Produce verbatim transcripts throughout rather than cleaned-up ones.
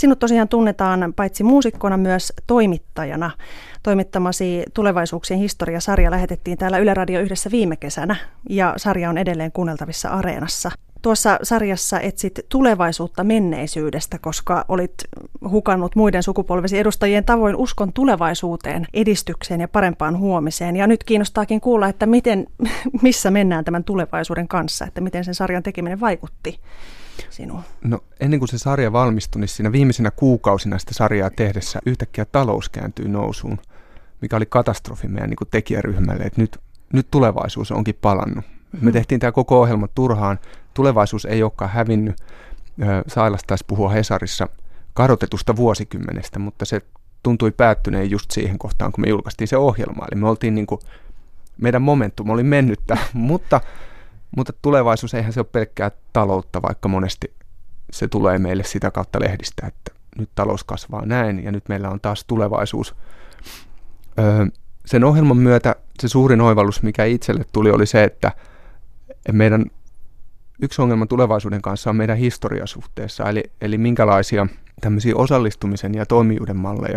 Sinut tosiaan tunnetaan paitsi muusikkona myös toimittajana. Toimittamasi Tulevaisuuksien historia-sarja lähetettiin täällä Yle Radio yhdessä viime kesänä ja sarja on edelleen kuunneltavissa Areenassa. Tuossa sarjassa etsit tulevaisuutta menneisyydestä, koska olit hukannut muiden sukupolvesi edustajien tavoin uskon tulevaisuuteen, edistykseen ja parempaan huomiseen. Ja nyt kiinnostaakin kuulla, että miten, missä mennään tämän tulevaisuuden kanssa, että miten sen sarjan tekeminen vaikutti sinuun. No ennen kuin se sarja valmistui, niin siinä viimeisinä kuukausina sitä sarjaa tehdessä yhtäkkiä talous kääntyi nousuun, mikä oli katastrofi meidän niin kuin tekijäryhmälle, että nyt, nyt tulevaisuus onkin palannut. Me tehtiin tämä koko ohjelma turhaan. Tulevaisuus ei olekaan hävinnyt. Sailas taisi puhua Hesarissa kadotetusta vuosikymmenestä, mutta se tuntui päättyneen just siihen kohtaan, kun me julkaistiin se ohjelma. Eli me oltiin niin kuin, meidän momentum oli mennyttä, mutta, mutta tulevaisuus eihän se ole pelkkää taloutta, vaikka monesti se tulee meille sitä kautta lehdistä, että nyt talous kasvaa näin ja nyt meillä on taas tulevaisuus. Öö, sen ohjelman myötä se suurin oivallus, mikä itselle tuli, oli se, että meidän yksi ongelma tulevaisuuden kanssa on meidän historiasuhteessa, eli, eli minkälaisia tämmöisiä osallistumisen ja toimijuuden malleja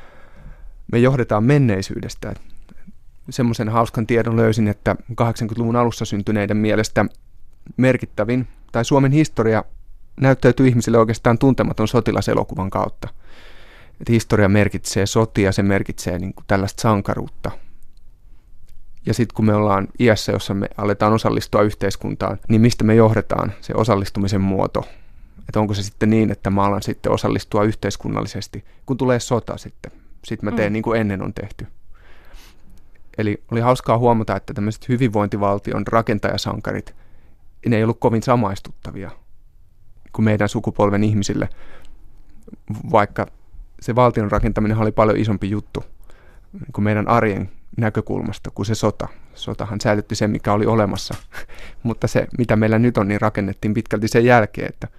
me johdetaan menneisyydestä. Semmoisen hauskan tiedon löysin, että kahdeksankymmentäluvun alussa syntyneiden mielestä merkittävin, tai Suomen historia näyttäytyy ihmisille oikeastaan tuntematon sotilaselokuvan kautta. Että historia merkitsee sotia, se merkitsee niin kuin tällaista sankaruutta. Ja sitten kun me ollaan iässä, jossa me aletaan osallistua yhteiskuntaan, niin mistä me johdetaan se osallistumisen muoto? Että onko se sitten niin, että mä alan sitten osallistua yhteiskunnallisesti, kun tulee sota sitten. Sitten mä teen mm. niin kuin ennen on tehty. Eli oli hauskaa huomata, että tämmöiset hyvinvointivaltion rakentajasankarit, ne ei ollut kovin samaistuttavia kuin meidän sukupolven ihmisille, vaikka se valtion rakentaminen oli paljon isompi juttu kuin meidän arjen näkökulmasta kuin se sota. Sotahan säilytti sen, mikä oli olemassa, mutta se, mitä meillä nyt on, niin rakennettiin pitkälti sen jälkeen. Että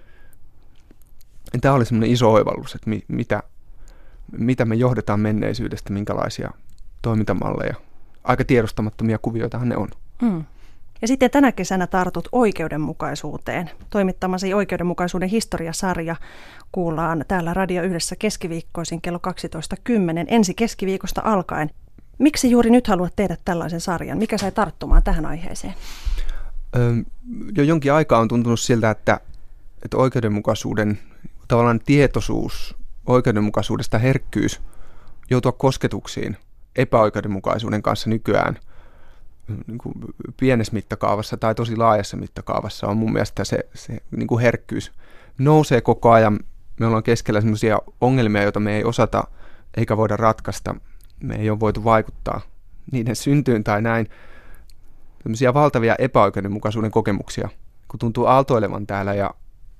tämä oli semmoinen iso oivallus, että mi, mitä, mitä me johdetaan menneisyydestä, minkälaisia toimintamalleja. Aika tiedostamattomia kuvioitahan ne on. Mm. Ja sitten tänä kesänä tartut oikeudenmukaisuuteen. Toimittamasi Oikeudenmukaisuuden historiasarja kuullaan täällä Radio Yhdessä keskiviikkoisin kello kaksitoista kymmenen ensi keskiviikosta alkaen. Miksi juuri nyt haluat tehdä tällaisen sarjan? Mikä sai tarttumaan tähän aiheeseen? Öö, jo jonkin aikaa on tuntunut siltä, että, että oikeudenmukaisuuden tavallaan tietoisuus, oikeudenmukaisuudesta herkkyys joutua kosketuksiin epäoikeudenmukaisuuden kanssa nykyään niin kuin pienessä mittakaavassa tai tosi laajassa mittakaavassa on mun mielestä se, se niin kuin herkkyys nousee koko ajan. Me ollaan keskellä sellaisia ongelmia, joita me ei osata eikä voida ratkaista. Me ei ole voitu vaikuttaa niiden syntyyn tai näin. Tämmöisiä valtavia epäoikeudenmukaisuuden kokemuksia, kun tuntuu aaltoilevan täällä. Ja,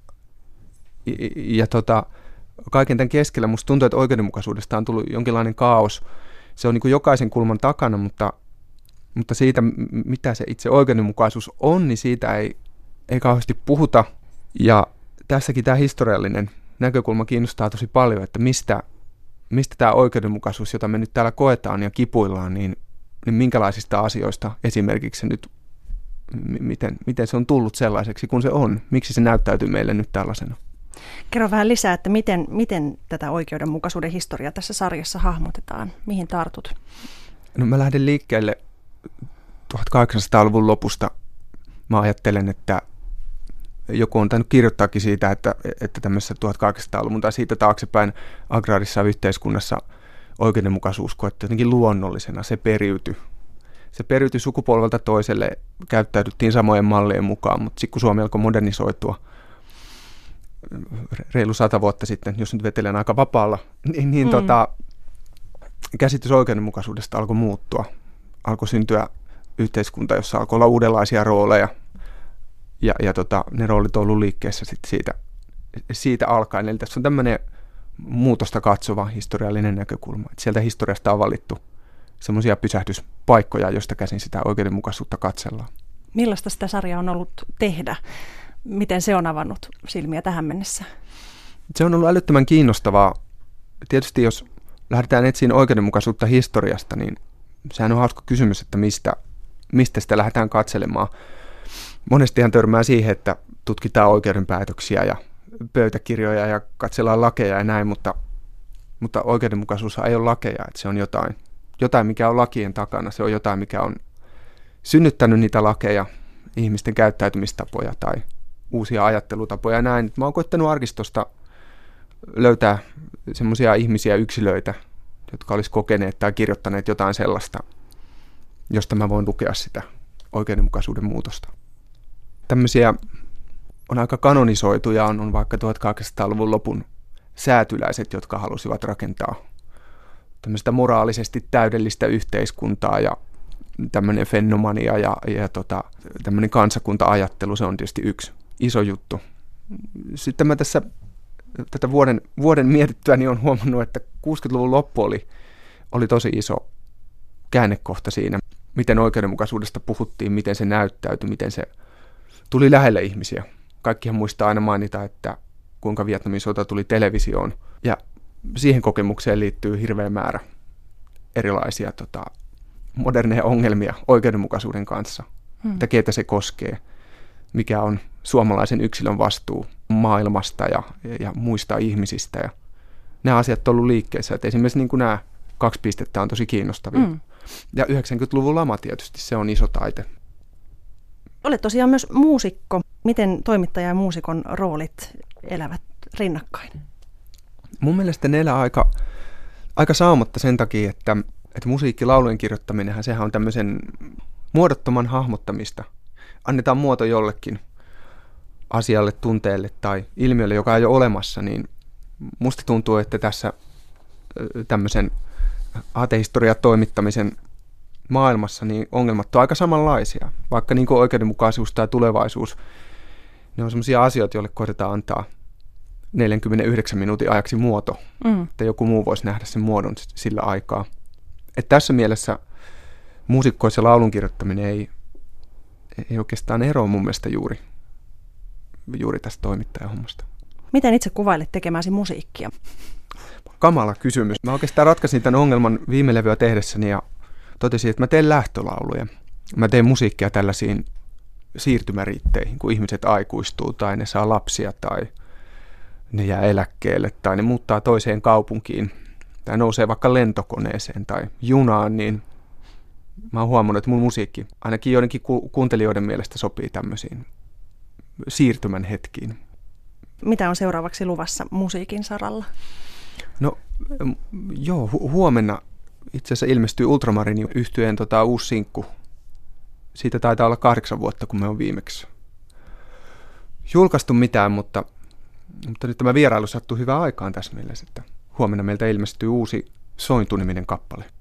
ja, ja tota, kaiken tämän keskellä musta tuntuu, että oikeudenmukaisuudesta on tullut jonkinlainen kaos. Se on niin kuin jokaisen kulman takana, mutta, mutta siitä, mitä se itse oikeudenmukaisuus on, niin siitä ei, ei kauheasti puhuta. Ja tässäkin tämä historiallinen näkökulma kiinnostaa tosi paljon, että mistä... mistä tämä oikeudenmukaisuus, jota me nyt täällä koetaan ja kipuillaan, niin, niin minkälaisista asioista esimerkiksi se nyt, m- miten, miten se on tullut sellaiseksi kuin se on? Miksi se näyttäytyy meille nyt tällaisena? Kerro vähän lisää, että miten, miten tätä oikeudenmukaisuuden historiaa tässä sarjassa hahmotetaan? Mihin tartut? No mä lähden liikkeelle tuhatkahdeksansataaluvun lopusta. Mä ajattelen, että joku on tainnut kirjoittaakin siitä, että, että tämmöisessä tuhatkahdeksansataaluvun tai siitä taaksepäin agraarisessa yhteiskunnassa oikeudenmukaisuus koettiin jotenkin luonnollisena, se periytyi. Se periytyi sukupolvelta toiselle, käyttäydyttiin samojen mallien mukaan, mutta sitten kun Suomi alkoi modernisoitua reilu sata vuotta sitten, jos nyt vetelen aika vapaalla, niin, niin mm. tota, käsitys oikeudenmukaisuudesta alkoi muuttua. Alkoi syntyä yhteiskunta, jossa alkoi olla uudenlaisia rooleja. Ja, ja tota, ne roolit on ollut liikkeessä sit siitä, siitä alkaen. Eli tässä on tämmöinen muutosta katsova historiallinen näkökulma. Et sieltä historiasta on valittu semmoisia pysähdyspaikkoja, joista käsin sitä oikeudenmukaisuutta katsellaan. Millaista sitä sarjaa on ollut tehdä? Miten se on avannut silmiä tähän mennessä? Se on ollut älyttömän kiinnostavaa. Tietysti jos lähdetään etsiin oikeudenmukaisuutta historiasta, niin sehän on hauska kysymys, että mistä, mistä sitä lähdetään katselemaan. Monestihan törmää siihen, että tutkitaan oikeudenpäätöksiä ja pöytäkirjoja ja katsellaan lakeja ja näin, mutta, mutta oikeudenmukaisuus ei ole lakeja, että se on jotain, jotain, mikä on lakien takana, se on jotain, mikä on synnyttänyt niitä lakeja, ihmisten käyttäytymistapoja tai uusia ajattelutapoja ja näin. Mä oon koittanut arkistosta löytää semmoisia ihmisiä, yksilöitä, jotka olisi kokeneet tai kirjoittaneet jotain sellaista, josta mä voin lukea sitä oikeudenmukaisuuden muutosta. Tämmöisiä on aika kanonisoituja, on, on vaikka tuhatkahdeksansataaluvun lopun säätyläiset, jotka halusivat rakentaa tämmöistä moraalisesti täydellistä yhteiskuntaa ja tämmöinen fenomania ja, ja tota, tämmöinen kansakunta-ajattelu, se on tietysti yksi iso juttu. Sitten mä tässä tätä vuoden, vuoden mietittyä niin on huomannut, että kuusikymmentäluvun loppu oli, oli tosi iso käännekohta siinä, miten oikeudenmukaisuudesta puhuttiin, miten se näyttäytyi, miten se tuli lähelle ihmisiä. Kaikkihan muistaa aina mainita, että kuinka Vietnamin sota tuli televisioon, ja siihen kokemukseen liittyy hirveä määrä erilaisia tota, moderneja ongelmia oikeudenmukaisuuden kanssa, hmm. että keitä se koskee, mikä on suomalaisen yksilön vastuu maailmasta ja, ja muista ihmisistä. Ja nämä asiat on ollut liikkeessä, että esimerkiksi niin kuin nämä kaksi pistettä on tosi kiinnostavia. Hmm. Ja yhdeksänkymmentäluvun lama tietysti, se on iso taite. Olet tosiaan myös muusikko. Miten toimittaja ja muusikon roolit elävät rinnakkain? Mun mielestä ne elää aika, aika saumatta sen takia, että, että musiikki, laulujen kirjoittaminenhän, sehän on tämmöisen muodottoman hahmottamista. Annetaan muoto jollekin asialle, tunteelle tai ilmiölle, joka ei ole olemassa, niin musta tuntuu, että tässä tämmöisen aatehistorian toimittamisen maailmassa niin ongelmat on aika samanlaisia. Vaikka niin kuin oikeudenmukaisuus tai tulevaisuus, ne on semmoisia asioita, joille koitetaan antaa neljänkymmenenyhdeksän minuutin ajaksi muoto, mm. että joku muu voisi nähdä sen muodon sillä aikaa. Et tässä mielessä muusikkoissa laulun kirjoittaminen ei, ei oikeastaan eroa mun mielestä juuri, juuri tästä toimittajahommasta. Miten itse kuvailet tekemäsi musiikkia? Kamala kysymys. Mä oikeastaan ratkaisin tämän ongelman viime levyä tehdessäni ja totesin, että mä teen lähtölauluja. Mä teen musiikkia tällaisiin siirtymäriitteihin, kun ihmiset aikuistuu tai ne saa lapsia tai ne jää eläkkeelle tai ne muuttaa toiseen kaupunkiin tai nousee vaikka lentokoneeseen tai junaan, niin mä oon huomannut, että mun musiikki ainakin joidenkin ku- kuuntelijoiden mielestä sopii tämmöisiin siirtymän hetkiin. Mitä on seuraavaksi luvassa musiikin saralla? No joo, hu- huomenna itse asiassa ilmestyy Ultramarin yhtyeen tota, uusi sinkku. Siitä taitaa olla kahdeksan vuotta, kun me on viimeksi julkaistu mitään, mutta, mutta nyt tämä vierailu sattuu hyvään aikaan tässä mielessä, että huomenna meiltä ilmestyy uusi Sointu-niminen kappale.